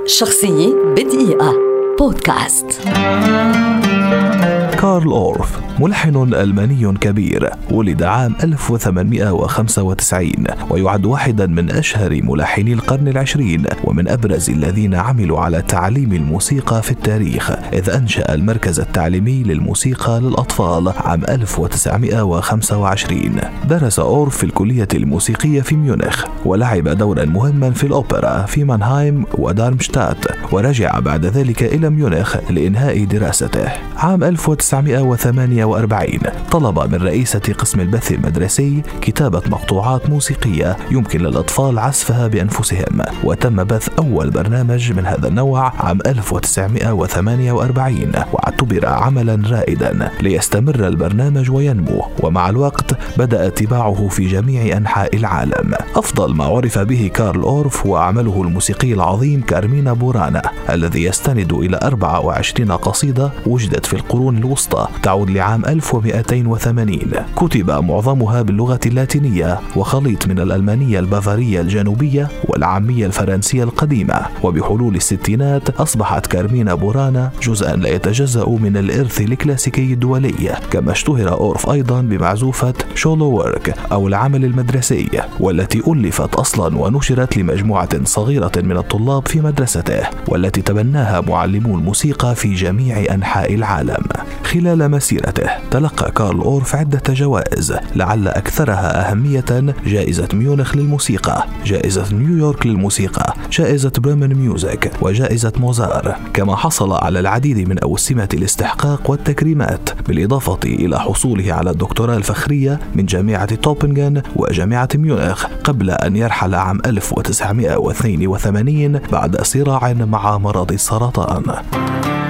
شخصية بدقيقة بودكاست. كارل أورف ملحن ألماني كبير، ولد عام 1895 ويعد واحدا من أشهر ملحني القرن العشرين ومن أبرز الذين عملوا على تعليم الموسيقى في التاريخ، إذ أنشأ المركز التعليمي للموسيقى للأطفال عام 1925. درس أورف في الكلية الموسيقية في ميونخ، ولعب دورا مهما في الأوبرا في مانهايم ودارمشتات، ورجع بعد ذلك إلى ميونخ لإنهاء دراسته. عام 1948 طلب من رئيسة قسم البث المدرسي كتابة مقطوعات موسيقية يمكن للأطفال عزفها بأنفسهم، وتم بث أول برنامج من هذا النوع عام 1948، واعتبر عملا رائدا ليستمر البرنامج وينمو، ومع الوقت بدأ اتباعه في جميع أنحاء العالم. أفضل ما عرف به كارل أورف هو عمله الموسيقي العظيم كارمينا بورانا، الذي يستند إلى 24 قصيدة وجدت في القرون الوسطى تعود لعام 1280. كتب معظمها باللغة اللاتينية وخليط من الألمانية البافارية الجنوبية والعامية الفرنسية القديمة، وبحلول الستينات أصبحت كارمينا بورانا جزءا لا يتجزأ من الإرث الكلاسيكي الدولي. كما اشتهر أورف أيضا بمعزوفة شولو وورك أو العمل المدرسي، والتي ألفت أصلا ونشرت لمجموعة صغيرة من الطلاب في مدرسته، والتي تبناها معلمو الموسيقى في جميع أنحاء العالم. خلال مسيرته تلقى كارل أورف عدة جوائز، لعل أكثرها أهمية جائزة ميونخ للموسيقى، جائزة نيويورك للموسيقى، جائزة بريمن ميوزك، وجائزة موزار. كما حصل على العديد من أوسمة الاستحقاق والتكريمات، بالإضافة إلى حصوله على الدكتوراه الفخرية من جامعة توبنغان وجامعة ميونخ، قبل أن يرحل عام 1982 بعد صراع مع مرض السرطان.